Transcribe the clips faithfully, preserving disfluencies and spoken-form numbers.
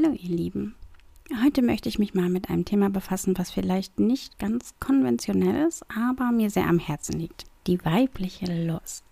Hallo ihr Lieben, heute möchte ich mich mal mit einem Thema befassen, was vielleicht nicht ganz konventionell ist, aber mir sehr am Herzen liegt, die weibliche Lust.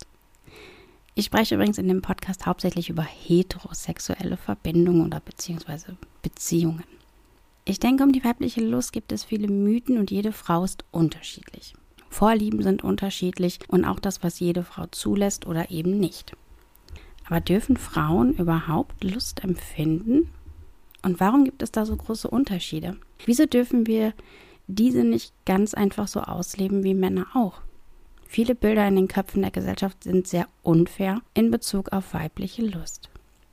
Ich spreche übrigens in dem Podcast hauptsächlich über heterosexuelle Verbindungen oder beziehungsweise Beziehungen. Ich denke, um die weibliche Lust gibt es viele Mythen und jede Frau ist unterschiedlich. Vorlieben sind unterschiedlich und auch das, was jede Frau zulässt oder eben nicht. Aber dürfen Frauen überhaupt Lust empfinden? Und warum gibt es da so große Unterschiede? Wieso dürfen wir diese nicht ganz einfach so ausleben wie Männer auch? Viele Bilder in den Köpfen der Gesellschaft sind sehr unfair in Bezug auf weibliche Lust.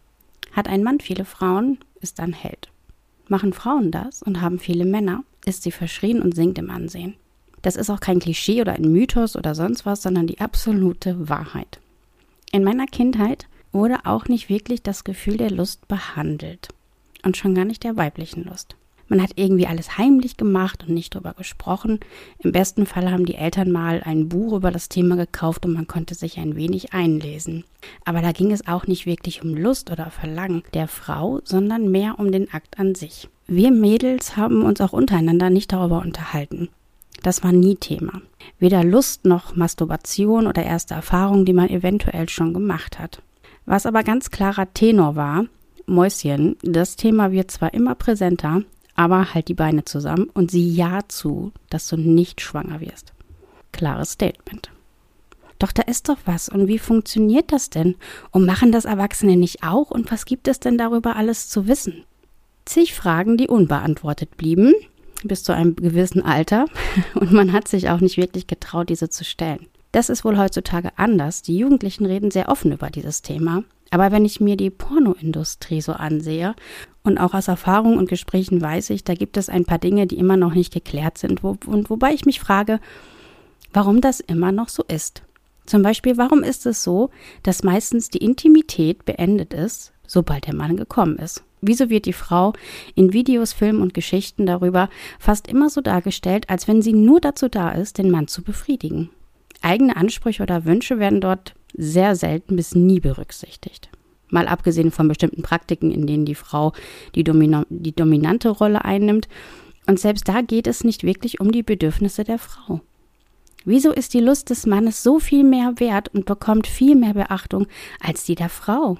Hat ein Mann viele Frauen, ist dann Held. Machen Frauen das und haben viele Männer, ist sie verschrien und sinkt im Ansehen. Das ist auch kein Klischee oder ein Mythos oder sonst was, sondern die absolute Wahrheit. In meiner Kindheit wurde auch nicht wirklich das Gefühl der Lust behandelt. Und schon gar nicht der weiblichen Lust. Man hat irgendwie alles heimlich gemacht und nicht drüber gesprochen. Im besten Fall haben die Eltern mal ein Buch über das Thema gekauft und man konnte sich ein wenig einlesen. Aber da ging es auch nicht wirklich um Lust oder Verlangen der Frau, sondern mehr um den Akt an sich. Wir Mädels haben uns auch untereinander nicht darüber unterhalten. Das war nie Thema. Weder Lust noch Masturbation oder erste Erfahrungen, die man eventuell schon gemacht hat. Was aber ganz klarer Tenor war: Mäuschen, das Thema wird zwar immer präsenter, aber halt die Beine zusammen und sieh ja zu, dass du nicht schwanger wirst. Klares Statement. Doch da ist doch was. Und wie funktioniert das denn? Und machen das Erwachsene nicht auch? Und was gibt es denn darüber alles zu wissen? Zig Fragen, die unbeantwortet blieben, bis zu einem gewissen Alter. Und man hat sich auch nicht wirklich getraut, diese zu stellen. Das ist wohl heutzutage anders. Die Jugendlichen reden sehr offen über dieses Thema. Aber wenn ich mir die Pornoindustrie so ansehe und auch aus Erfahrung und Gesprächen weiß ich, da gibt es ein paar Dinge, die immer noch nicht geklärt sind. Wo, und wobei ich mich frage, warum das immer noch so ist. Zum Beispiel, warum ist es so, dass meistens die Intimität beendet ist, sobald der Mann gekommen ist? Wieso wird die Frau in Videos, Filmen und Geschichten darüber fast immer so dargestellt, als wenn sie nur dazu da ist, den Mann zu befriedigen? Eigene Ansprüche oder Wünsche werden dort sehr selten bis nie berücksichtigt. Mal abgesehen von bestimmten Praktiken, in denen die Frau die, Domino- die dominante Rolle einnimmt. Und selbst da geht es nicht wirklich um die Bedürfnisse der Frau. Wieso ist die Lust des Mannes so viel mehr wert und bekommt viel mehr Beachtung als die der Frau?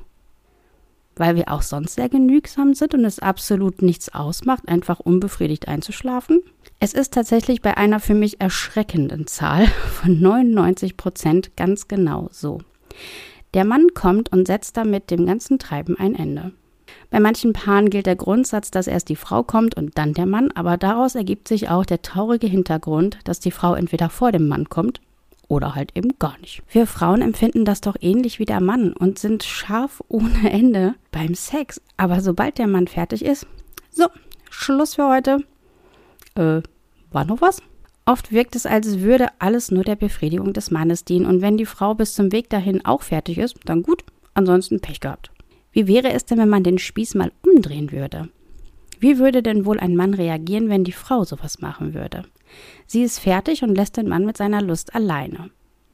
Weil wir auch sonst sehr genügsam sind und es absolut nichts ausmacht, einfach unbefriedigt einzuschlafen? Es ist tatsächlich bei einer für mich erschreckenden Zahl von neunundneunzig Prozent ganz genau so. Der Mann kommt und setzt damit dem ganzen Treiben ein Ende. Bei manchen Paaren gilt der Grundsatz, dass erst die Frau kommt und dann der Mann, aber daraus ergibt sich auch der traurige Hintergrund, dass die Frau entweder vor dem Mann kommt oder halt eben gar nicht. Wir Frauen empfinden das doch ähnlich wie der Mann und sind scharf ohne Ende beim Sex. Aber sobald der Mann fertig ist, so, Schluss für heute. Äh, war noch was? Oft wirkt es, als würde alles nur der Befriedigung des Mannes dienen. Und wenn die Frau bis zum Weg dahin auch fertig ist, dann gut, ansonsten Pech gehabt. Wie wäre es denn, wenn man den Spieß mal umdrehen würde? Wie würde denn wohl ein Mann reagieren, wenn die Frau sowas machen würde? Sie ist fertig und lässt den Mann mit seiner Lust alleine.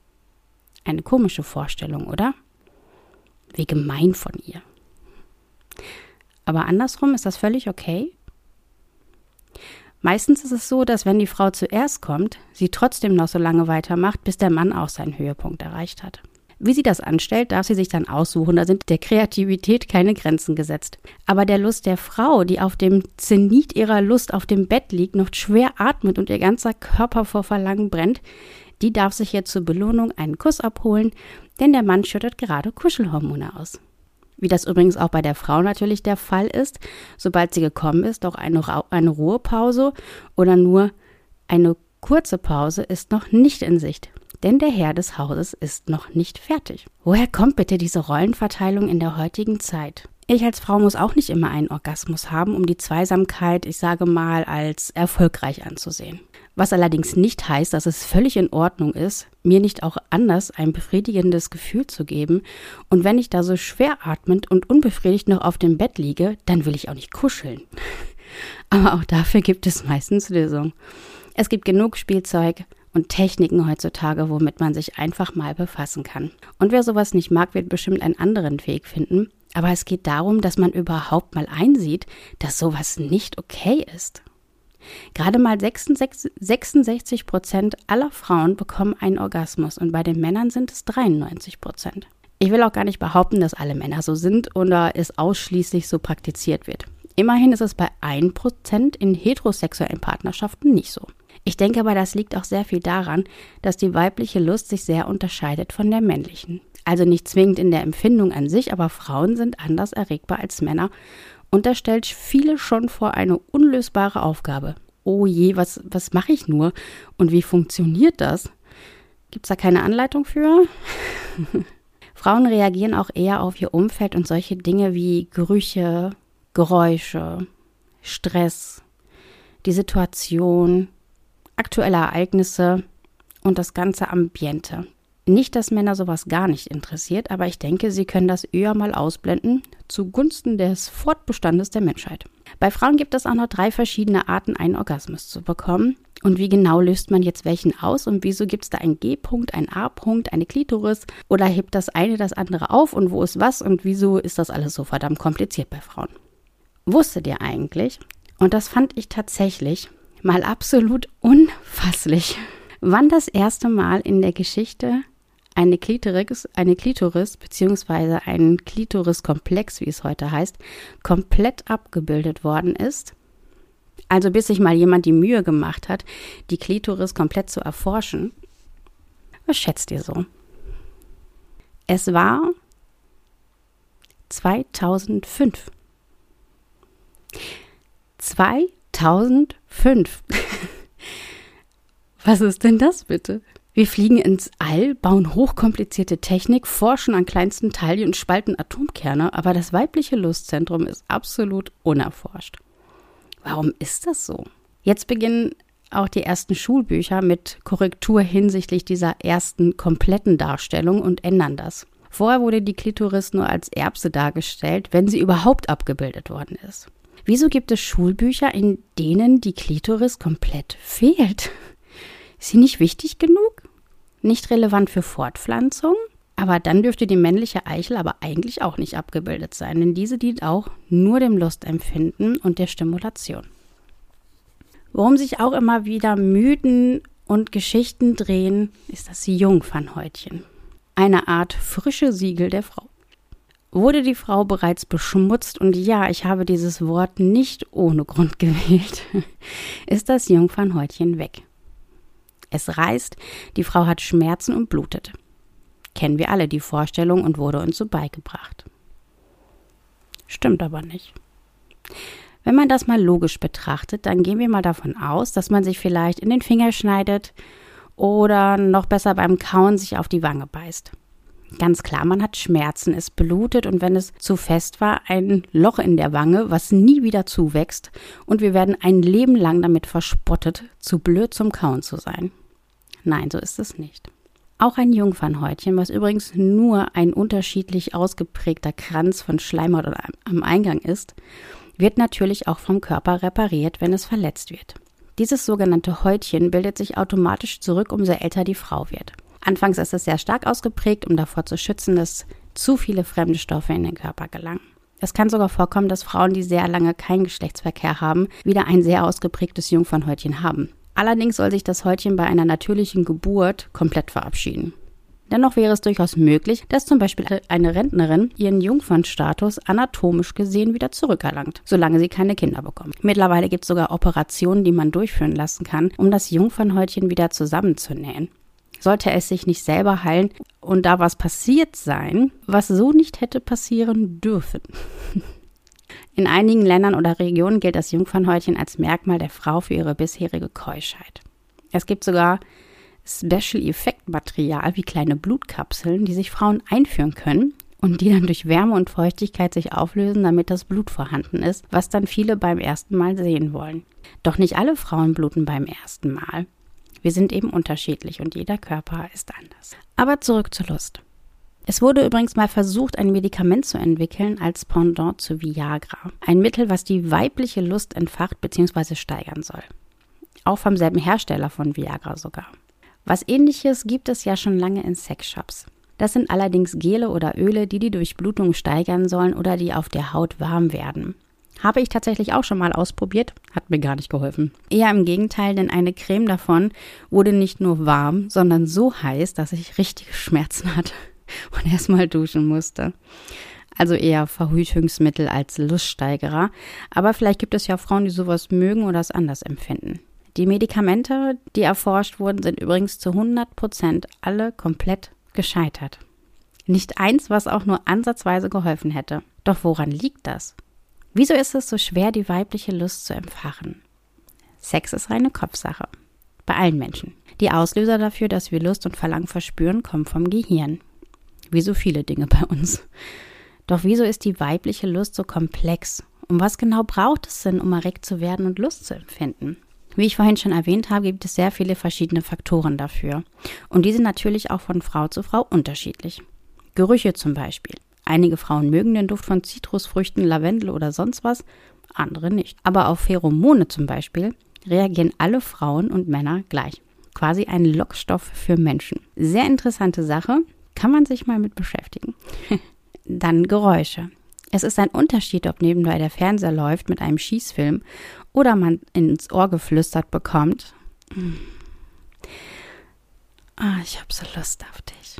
Eine komische Vorstellung, oder? Wie gemein von ihr. Aber andersrum ist das völlig okay. Meistens ist es so, dass wenn die Frau zuerst kommt, sie trotzdem noch so lange weitermacht, bis der Mann auch seinen Höhepunkt erreicht hat. Wie sie das anstellt, darf sie sich dann aussuchen, da sind der Kreativität keine Grenzen gesetzt. Aber der Lust der Frau, die auf dem Zenit ihrer Lust auf dem Bett liegt, noch schwer atmet und ihr ganzer Körper vor Verlangen brennt, die darf sich jetzt zur Belohnung einen Kuss abholen, denn der Mann schüttet gerade Kuschelhormone aus. Wie das übrigens auch bei der Frau natürlich der Fall ist, sobald sie gekommen ist, doch eine, Ra- eine Ruhepause oder nur eine kurze Pause ist noch nicht in Sicht. Denn der Herr des Hauses ist noch nicht fertig. Woher kommt bitte diese Rollenverteilung in der heutigen Zeit? Ich als Frau muss auch nicht immer einen Orgasmus haben, um die Zweisamkeit, ich sage mal, als erfolgreich anzusehen. Was allerdings nicht heißt, dass es völlig in Ordnung ist, mir nicht auch anders ein befriedigendes Gefühl zu geben. Und wenn ich da so schwer atmend und unbefriedigt noch auf dem Bett liege, dann will ich auch nicht kuscheln. Aber auch dafür gibt es meistens Lösungen. Es gibt genug Spielzeug und Techniken heutzutage, womit man sich einfach mal befassen kann. Und wer sowas nicht mag, wird bestimmt einen anderen Weg finden. Aber es geht darum, dass man überhaupt mal einsieht, dass sowas nicht okay ist. Gerade mal sechsundsechzig Prozent aller Frauen bekommen einen Orgasmus und bei den Männern sind es dreiundneunzig Prozent. Ich will auch gar nicht behaupten, dass alle Männer so sind oder es ausschließlich so praktiziert wird. Immerhin ist es bei ein Prozent in heterosexuellen Partnerschaften nicht so. Ich denke aber, das liegt auch sehr viel daran, dass die weibliche Lust sich sehr unterscheidet von der männlichen. Also nicht zwingend in der Empfindung an sich, aber Frauen sind anders erregbar als Männer. Und das stellt viele schon vor eine unlösbare Aufgabe. Oh je, was, was mache ich nur? Und wie funktioniert das? Gibt es da keine Anleitung für? Frauen reagieren auch eher auf ihr Umfeld und solche Dinge wie Gerüche, Geräusche, Stress, die Situation, aktuelle Ereignisse und das ganze Ambiente. Nicht, dass Männer sowas gar nicht interessiert, aber ich denke, sie können das eher mal ausblenden, zugunsten des Fortbestandes der Menschheit. Bei Frauen gibt es auch noch drei verschiedene Arten, einen Orgasmus zu bekommen. Und wie genau löst man jetzt welchen aus und wieso gibt es da einen G-Punkt, einen A-Punkt, eine Klitoris oder hebt das eine das andere auf und wo ist was und wieso ist das alles so verdammt kompliziert bei Frauen? Wusstet ihr eigentlich, und das fand ich tatsächlich mal absolut unfasslich, wann das erste Mal in der Geschichte eine Klitoris, eine Klitoris bzw. ein Klitoriskomplex, wie es heute heißt, komplett abgebildet worden ist? Also bis sich mal jemand die Mühe gemacht hat, die Klitoris komplett zu erforschen. Was schätzt ihr so? Es war zweitausendfünf. zweitausendfünf. Was ist denn das bitte? Wir fliegen ins All, bauen hochkomplizierte Technik, forschen an kleinsten Teilen und spalten Atomkerne, aber das weibliche Lustzentrum ist absolut unerforscht. Warum ist das so? Jetzt beginnen auch die ersten Schulbücher mit Korrektur hinsichtlich dieser ersten kompletten Darstellung und ändern das. Vorher wurde die Klitoris nur als Erbse dargestellt, wenn sie überhaupt abgebildet worden ist. Wieso gibt es Schulbücher, in denen die Klitoris komplett fehlt? Ist sie nicht wichtig genug? Nicht relevant für Fortpflanzung? Aber dann dürfte die männliche Eichel aber eigentlich auch nicht abgebildet sein, denn diese dient auch nur dem Lustempfinden und der Stimulation. Worum sich auch immer wieder Mythen und Geschichten drehen, ist das Jungfernhäutchen. Eine Art frische Siegel der Frau. Wurde die Frau bereits beschmutzt, und ja, ich habe dieses Wort nicht ohne Grund gewählt, ist das Jungfernhäutchen weg. Es reißt, die Frau hat Schmerzen und blutet. Kennen wir alle die Vorstellung und wurde uns so beigebracht. Stimmt aber nicht. Wenn man das mal logisch betrachtet, dann gehen wir mal davon aus, dass man sich vielleicht in den Finger schneidet oder noch besser beim Kauen sich auf die Wange beißt. Ganz klar, man hat Schmerzen, es blutet und wenn es zu fest war, ein Loch in der Wange, was nie wieder zuwächst und wir werden ein Leben lang damit verspottet, zu blöd zum Kauen zu sein. Nein, so ist es nicht. Auch ein Jungfernhäutchen, was übrigens nur ein unterschiedlich ausgeprägter Kranz von Schleimhaut am Eingang ist, wird natürlich auch vom Körper repariert, wenn es verletzt wird. Dieses sogenannte Häutchen bildet sich automatisch zurück, umso älter die Frau wird. Anfangs ist es sehr stark ausgeprägt, um davor zu schützen, dass zu viele fremde Stoffe in den Körper gelangen. Es kann sogar vorkommen, dass Frauen, die sehr lange keinen Geschlechtsverkehr haben, wieder ein sehr ausgeprägtes Jungfernhäutchen haben. Allerdings soll sich das Häutchen bei einer natürlichen Geburt komplett verabschieden. Dennoch wäre es durchaus möglich, dass zum Beispiel eine Rentnerin ihren Jungfernstatus anatomisch gesehen wieder zurückerlangt, solange sie keine Kinder bekommt. Mittlerweile gibt es sogar Operationen, die man durchführen lassen kann, um das Jungfernhäutchen wieder zusammenzunähen. Sollte es sich nicht selber heilen und da was passiert sein, was so nicht hätte passieren dürfen. In einigen Ländern oder Regionen gilt das Jungfernhäutchen als Merkmal der Frau für ihre bisherige Keuschheit. Es gibt sogar Special-Effekt-Material wie kleine Blutkapseln, die sich Frauen einführen können und die dann durch Wärme und Feuchtigkeit sich auflösen, damit das Blut vorhanden ist, was dann viele beim ersten Mal sehen wollen. Doch nicht alle Frauen bluten beim ersten Mal. Wir sind eben unterschiedlich und jeder Körper ist anders. Aber zurück zur Lust. Es wurde übrigens mal versucht, ein Medikament zu entwickeln als Pendant zu Viagra. Ein Mittel, was die weibliche Lust entfacht bzw. steigern soll. Auch vom selben Hersteller von Viagra sogar. Was Ähnliches gibt es ja schon lange in Sexshops. Das sind allerdings Gele oder Öle, die die Durchblutung steigern sollen oder die auf der Haut warm werden. Habe ich tatsächlich auch schon mal ausprobiert, hat mir gar nicht geholfen. Eher im Gegenteil, denn eine Creme davon wurde nicht nur warm, sondern so heiß, dass ich richtige Schmerzen hatte und erstmal duschen musste. Also eher Verhütungsmittel als Luststeigerer. Aber vielleicht gibt es ja Frauen, die sowas mögen oder es anders empfinden. Die Medikamente, die erforscht wurden, sind übrigens zu hundert Prozent alle komplett gescheitert. Nicht eins, was auch nur ansatzweise geholfen hätte. Doch woran liegt das? Wieso ist es so schwer, die weibliche Lust zu entfachen? Sex ist reine Kopfsache. Bei allen Menschen. Die Auslöser dafür, dass wir Lust und Verlangen verspüren, kommen vom Gehirn. Wie so viele Dinge bei uns. Doch wieso ist die weibliche Lust so komplex? Und was genau braucht es denn, um erregt zu werden und Lust zu empfinden? Wie ich vorhin schon erwähnt habe, gibt es sehr viele verschiedene Faktoren dafür. Und die sind natürlich auch von Frau zu Frau unterschiedlich. Gerüche zum Beispiel. Einige Frauen mögen den Duft von Zitrusfrüchten, Lavendel oder sonst was, andere nicht. Aber auf Pheromone zum Beispiel reagieren alle Frauen und Männer gleich. Quasi ein Lockstoff für Menschen. Sehr interessante Sache, kann man sich mal mit beschäftigen. Dann Geräusche. Es ist ein Unterschied, ob nebenbei der Fernseher läuft mit einem Schießfilm oder man ins Ohr geflüstert bekommt. Ah, ich habe so Lust auf dich.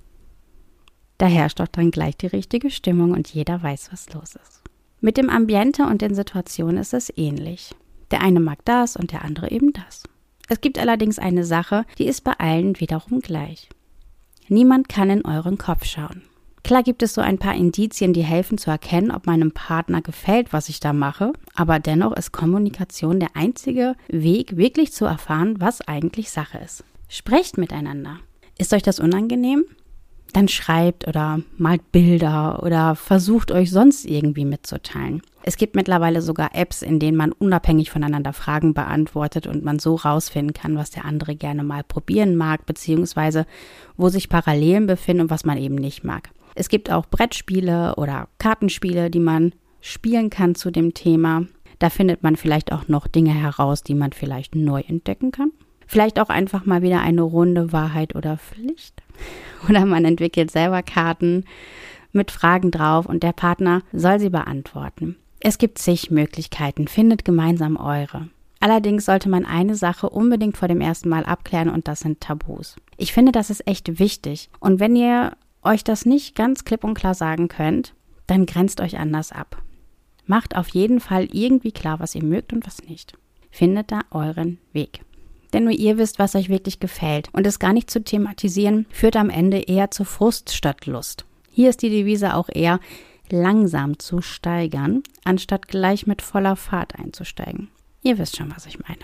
Da herrscht doch dann gleich die richtige Stimmung und jeder weiß, was los ist. Mit dem Ambiente und den Situationen ist es ähnlich. Der eine mag das und der andere eben das. Es gibt allerdings eine Sache, die ist bei allen wiederum gleich. Niemand kann in euren Kopf schauen. Klar gibt es so ein paar Indizien, die helfen zu erkennen, ob meinem Partner gefällt, was ich da mache, aber dennoch ist Kommunikation der einzige Weg, wirklich zu erfahren, was eigentlich Sache ist. Sprecht miteinander. Ist euch das unangenehm? Dann schreibt oder malt Bilder oder versucht euch sonst irgendwie mitzuteilen. Es gibt mittlerweile sogar Apps, in denen man unabhängig voneinander Fragen beantwortet und man so rausfinden kann, was der andere gerne mal probieren mag, beziehungsweise wo sich Parallelen befinden und was man eben nicht mag. Es gibt auch Brettspiele oder Kartenspiele, die man spielen kann zu dem Thema. Da findet man vielleicht auch noch Dinge heraus, die man vielleicht neu entdecken kann. Vielleicht auch einfach mal wieder eine Runde Wahrheit oder Pflicht. Oder man entwickelt selber Karten mit Fragen drauf und der Partner soll sie beantworten. Es gibt zig Möglichkeiten, findet gemeinsam eure. Allerdings sollte man eine Sache unbedingt vor dem ersten Mal abklären und das sind Tabus. Ich finde, das ist echt wichtig. Und wenn ihr euch das nicht ganz klipp und klar sagen könnt, dann grenzt euch anders ab. Macht auf jeden Fall irgendwie klar, was ihr mögt und was nicht. Findet da euren Weg. Denn nur ihr wisst, was euch wirklich gefällt. Und es gar nicht zu thematisieren, führt am Ende eher zu Frust statt Lust. Hier ist die Devise auch eher, langsam zu steigern, anstatt gleich mit voller Fahrt einzusteigen. Ihr wisst schon, was ich meine.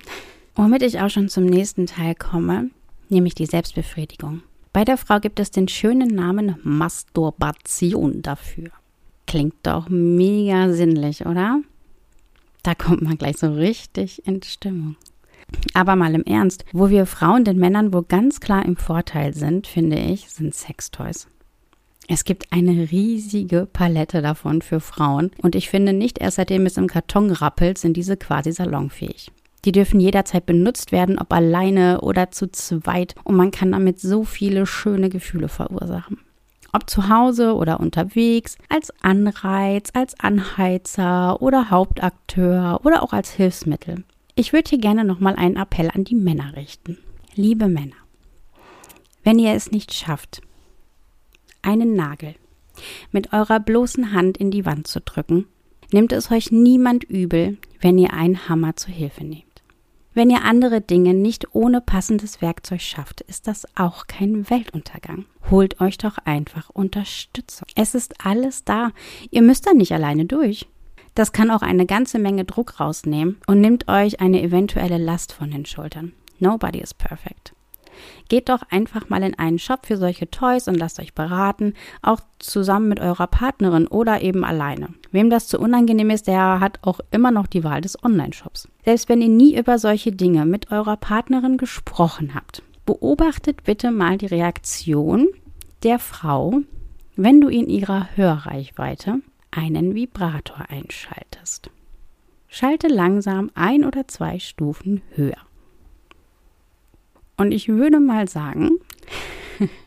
Womit ich auch schon zum nächsten Teil komme, nämlich die Selbstbefriedigung. Bei der Frau gibt es den schönen Namen Masturbation dafür. Klingt doch mega sinnlich, oder? Da kommt man gleich so richtig in Stimmung. Aber mal im Ernst, wo wir Frauen den Männern wohl ganz klar im Vorteil sind, finde ich, sind Sextoys. Es gibt eine riesige Palette davon für Frauen und ich finde, nicht erst seitdem es im Karton rappelt, sind diese quasi salonfähig. Die dürfen jederzeit benutzt werden, ob alleine oder zu zweit und man kann damit so viele schöne Gefühle verursachen. Ob zu Hause oder unterwegs, als Anreiz, als Anheizer oder Hauptakteur oder auch als Hilfsmittel. Ich würde hier gerne nochmal einen Appell an die Männer richten. Liebe Männer, wenn ihr es nicht schafft, einen Nagel mit eurer bloßen Hand in die Wand zu drücken, nimmt es euch niemand übel, wenn ihr einen Hammer zur Hilfe nehmt. Wenn ihr andere Dinge nicht ohne passendes Werkzeug schafft, ist das auch kein Weltuntergang. Holt euch doch einfach Unterstützung. Es ist alles da. Ihr müsst da nicht alleine durch. Das kann auch eine ganze Menge Druck rausnehmen und nimmt euch eine eventuelle Last von den Schultern. Nobody is perfect. Geht doch einfach mal in einen Shop für solche Toys und lasst euch beraten, auch zusammen mit eurer Partnerin oder eben alleine. Wem das zu unangenehm ist, der hat auch immer noch die Wahl des Online-Shops. Selbst wenn ihr nie über solche Dinge mit eurer Partnerin gesprochen habt, beobachtet bitte mal die Reaktion der Frau, wenn du in ihrer Hörreichweite einen Vibrator einschaltest. Schalte langsam ein oder zwei Stufen höher. Und ich würde mal sagen,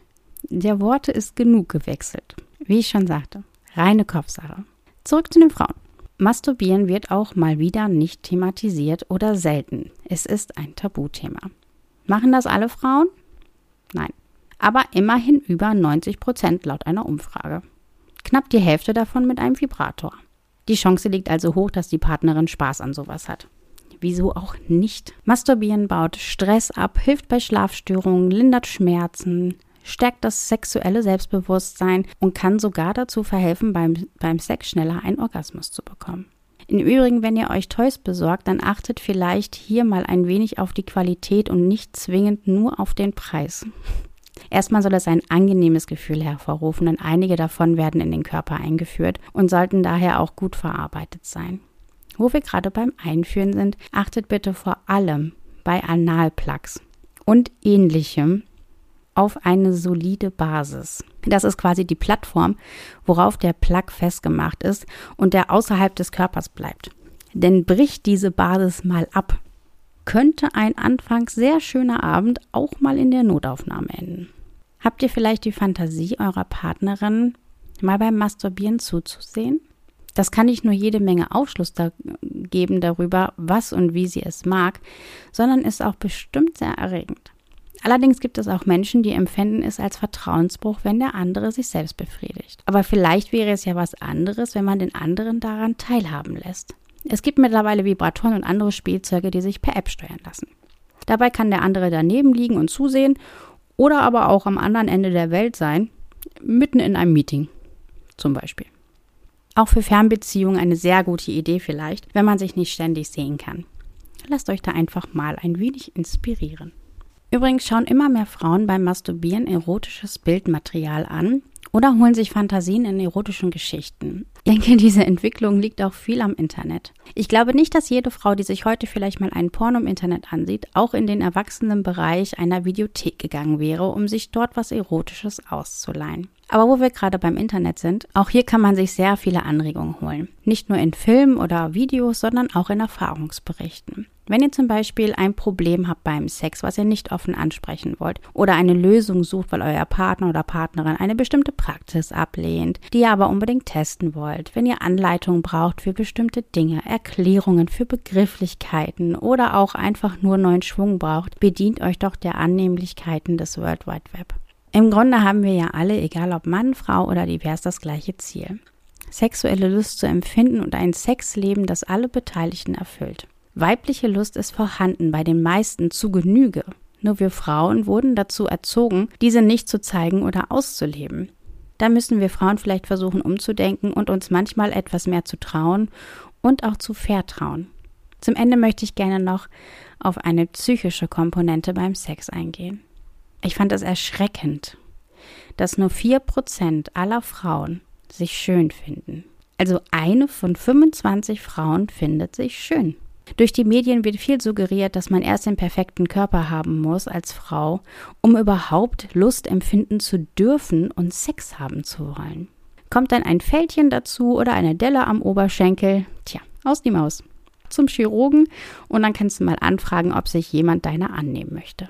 der Worte ist genug gewechselt. Wie ich schon sagte, reine Kopfsache. Zurück zu den Frauen. Masturbieren wird auch mal wieder nicht thematisiert oder selten. Es ist ein Tabuthema. Machen das alle Frauen? Nein. Aber immerhin über neunzig Prozent laut einer Umfrage. Knapp die Hälfte davon mit einem Vibrator. Die Chance liegt also hoch, dass die Partnerin Spaß an sowas hat. Wieso auch nicht? Masturbieren baut Stress ab, hilft bei Schlafstörungen, lindert Schmerzen, stärkt das sexuelle Selbstbewusstsein und kann sogar dazu verhelfen, beim, beim Sex schneller einen Orgasmus zu bekommen. Im Übrigen, wenn ihr euch Toys besorgt, dann achtet vielleicht hier mal ein wenig auf die Qualität und nicht zwingend nur auf den Preis. Erstmal soll es ein angenehmes Gefühl hervorrufen, denn einige davon werden in den Körper eingeführt und sollten daher auch gut verarbeitet sein. Wo wir gerade beim Einführen sind, achtet bitte vor allem bei Analplugs und Ähnlichem auf eine solide Basis. Das ist quasi die Plattform, worauf der Plug festgemacht ist und der außerhalb des Körpers bleibt. Denn bricht diese Basis mal ab, könnte ein anfangs sehr schöner Abend auch mal in der Notaufnahme enden. Habt ihr vielleicht die Fantasie eurer Partnerin, mal beim Masturbieren zuzusehen? Das kann nicht nur jede Menge Aufschluss da geben darüber, was und wie sie es mag, sondern ist auch bestimmt sehr erregend. Allerdings gibt es auch Menschen, die empfinden es als Vertrauensbruch, wenn der andere sich selbst befriedigt. Aber vielleicht wäre es ja was anderes, wenn man den anderen daran teilhaben lässt. Es gibt mittlerweile Vibratoren und andere Spielzeuge, die sich per App steuern lassen. Dabei kann der andere daneben liegen und zusehen oder aber auch am anderen Ende der Welt sein, mitten in einem Meeting zum Beispiel. Auch für Fernbeziehungen eine sehr gute Idee vielleicht, wenn man sich nicht ständig sehen kann. Lasst euch da einfach mal ein wenig inspirieren. Übrigens schauen immer mehr Frauen beim Masturbieren erotisches Bildmaterial an oder holen sich Fantasien in erotischen Geschichten. Ich denke, diese Entwicklung liegt auch viel am Internet. Ich glaube nicht, dass jede Frau, die sich heute vielleicht mal einen Porno im Internet ansieht, auch in den Erwachsenenbereich einer Videothek gegangen wäre, um sich dort was Erotisches auszuleihen. Aber wo wir gerade beim Internet sind, auch hier kann man sich sehr viele Anregungen holen. Nicht nur in Filmen oder Videos, sondern auch in Erfahrungsberichten. Wenn ihr zum Beispiel ein Problem habt beim Sex, was ihr nicht offen ansprechen wollt, oder eine Lösung sucht, weil euer Partner oder Partnerin eine bestimmte Praxis ablehnt, die ihr aber unbedingt testen wollt, wenn ihr Anleitungen braucht für bestimmte Dinge, Erklärungen für Begrifflichkeiten oder auch einfach nur neuen Schwung braucht, bedient euch doch der Annehmlichkeiten des World Wide Web. Im Grunde haben wir ja alle, egal ob Mann, Frau oder divers, das gleiche Ziel. Sexuelle Lust zu empfinden und ein Sexleben, das alle Beteiligten erfüllt. Weibliche Lust ist vorhanden, bei den meisten zu Genüge. Nur wir Frauen wurden dazu erzogen, diese nicht zu zeigen oder auszuleben. Da müssen wir Frauen vielleicht versuchen umzudenken und uns manchmal etwas mehr zu trauen und auch zu vertrauen. Zum Ende möchte ich gerne noch auf eine psychische Komponente beim Sex eingehen. Ich fand es erschreckend, dass nur vier Prozent aller Frauen sich schön finden. Also eine von fünfundzwanzig Frauen findet sich schön. Durch die Medien wird viel suggeriert, dass man erst den perfekten Körper haben muss als Frau, um überhaupt Lust empfinden zu dürfen und Sex haben zu wollen. Kommt dann ein Fältchen dazu oder eine Delle am Oberschenkel, tja, aus die Maus. Zum Chirurgen und dann kannst du mal anfragen, ob sich jemand deiner annehmen möchte.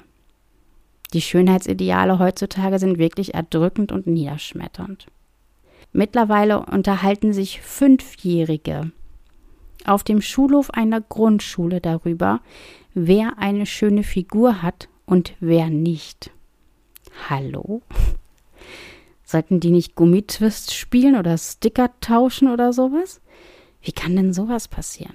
Die Schönheitsideale heutzutage sind wirklich erdrückend und niederschmetternd. Mittlerweile unterhalten sich Fünfjährige auf dem Schulhof einer Grundschule darüber, wer eine schöne Figur hat und wer nicht. Hallo? Sollten die nicht Gummitwist spielen oder Sticker tauschen oder sowas? Wie kann denn sowas passieren?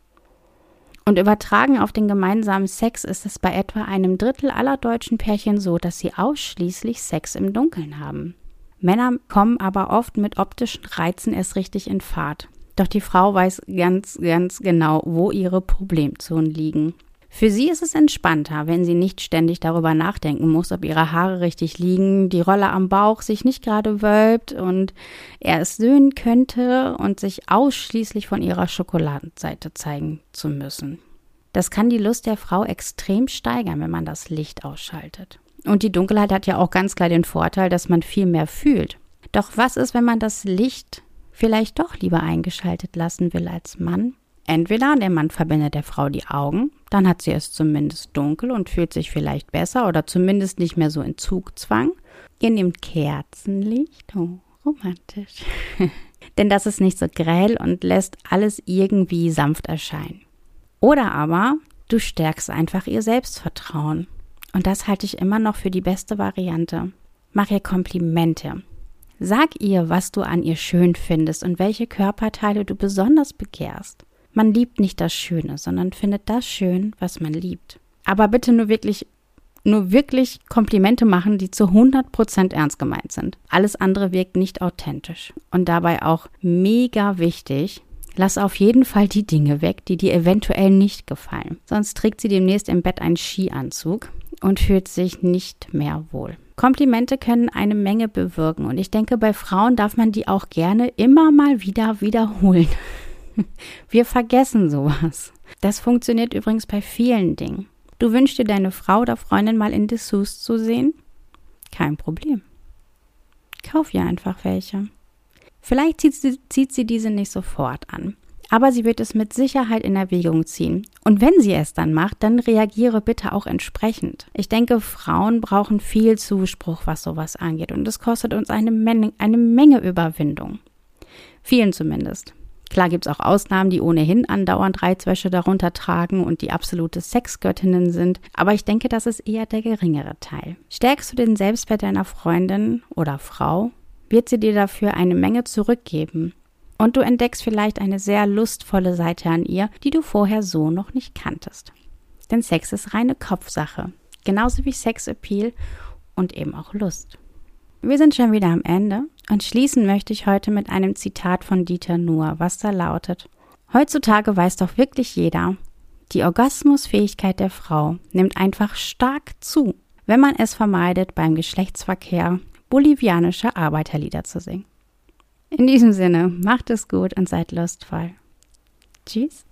Und übertragen auf den gemeinsamen Sex ist es bei etwa einem Drittel aller deutschen Pärchen so, dass sie ausschließlich Sex im Dunkeln haben. Männer kommen aber oft mit optischen Reizen erst richtig in Fahrt. Doch die Frau weiß ganz, ganz genau, wo ihre Problemzonen liegen. Für sie ist es entspannter, wenn sie nicht ständig darüber nachdenken muss, ob ihre Haare richtig liegen, die Rolle am Bauch sich nicht gerade wölbt und er es söhnen könnte und sich ausschließlich von ihrer Schokoladenseite zeigen zu müssen. Das kann die Lust der Frau extrem steigern, wenn man das Licht ausschaltet. Und die Dunkelheit hat ja auch ganz klar den Vorteil, dass man viel mehr fühlt. Doch was ist, wenn man das Licht vielleicht doch lieber eingeschaltet lassen will als Mann? Entweder der Mann verbindet der Frau die Augen, dann hat sie es zumindest dunkel und fühlt sich vielleicht besser oder zumindest nicht mehr so in Zugzwang. Ihr nehmt Kerzenlicht, oh, romantisch. Denn das ist nicht so grell und lässt alles irgendwie sanft erscheinen. Oder aber du stärkst einfach ihr Selbstvertrauen. Und das halte ich immer noch für die beste Variante. Mach ihr Komplimente. Sag ihr, was du an ihr schön findest und welche Körperteile du besonders begehrst. Man liebt nicht das Schöne, sondern findet das schön, was man liebt. Aber bitte nur wirklich, nur wirklich Komplimente machen, die zu hundert Prozent ernst gemeint sind. Alles andere wirkt nicht authentisch. Und dabei auch mega wichtig, lass auf jeden Fall die Dinge weg, die dir eventuell nicht gefallen. Sonst trägt sie demnächst im Bett einen Skianzug und fühlt sich nicht mehr wohl. Komplimente können eine Menge bewirken und ich denke, bei Frauen darf man die auch gerne immer mal wieder wiederholen. Wir vergessen sowas. Das funktioniert übrigens bei vielen Dingen. Du wünschst dir deine Frau oder Freundin mal in Dessous zu sehen? Kein Problem. Kauf ihr einfach welche. Vielleicht zieht sie, zieht sie diese nicht sofort an, aber sie wird es mit Sicherheit in Erwägung ziehen. Und wenn sie es dann macht, dann reagiere bitte auch entsprechend. Ich denke, Frauen brauchen viel Zuspruch, was sowas angeht. Und es kostet uns eine Menge, eine Menge Überwindung. Vielen zumindest. Klar gibt es auch Ausnahmen, die ohnehin andauernd Reizwäsche darunter tragen und die absolute Sexgöttinnen sind. Aber ich denke, das ist eher der geringere Teil. Stärkst du den Selbstwert deiner Freundin oder Frau, wird sie dir dafür eine Menge zurückgeben. Und du entdeckst vielleicht eine sehr lustvolle Seite an ihr, die du vorher so noch nicht kanntest. Denn Sex ist reine Kopfsache, genauso wie Sexappeal und eben auch Lust. Wir sind schon wieder am Ende und schließen möchte ich heute mit einem Zitat von Dieter Nuhr, was da lautet: Heutzutage weiß doch wirklich jeder, die Orgasmusfähigkeit der Frau nimmt einfach stark zu, wenn man es vermeidet, beim Geschlechtsverkehr bolivianische Arbeiterlieder zu singen. In diesem Sinne, macht es gut und seid lustvoll. Tschüss.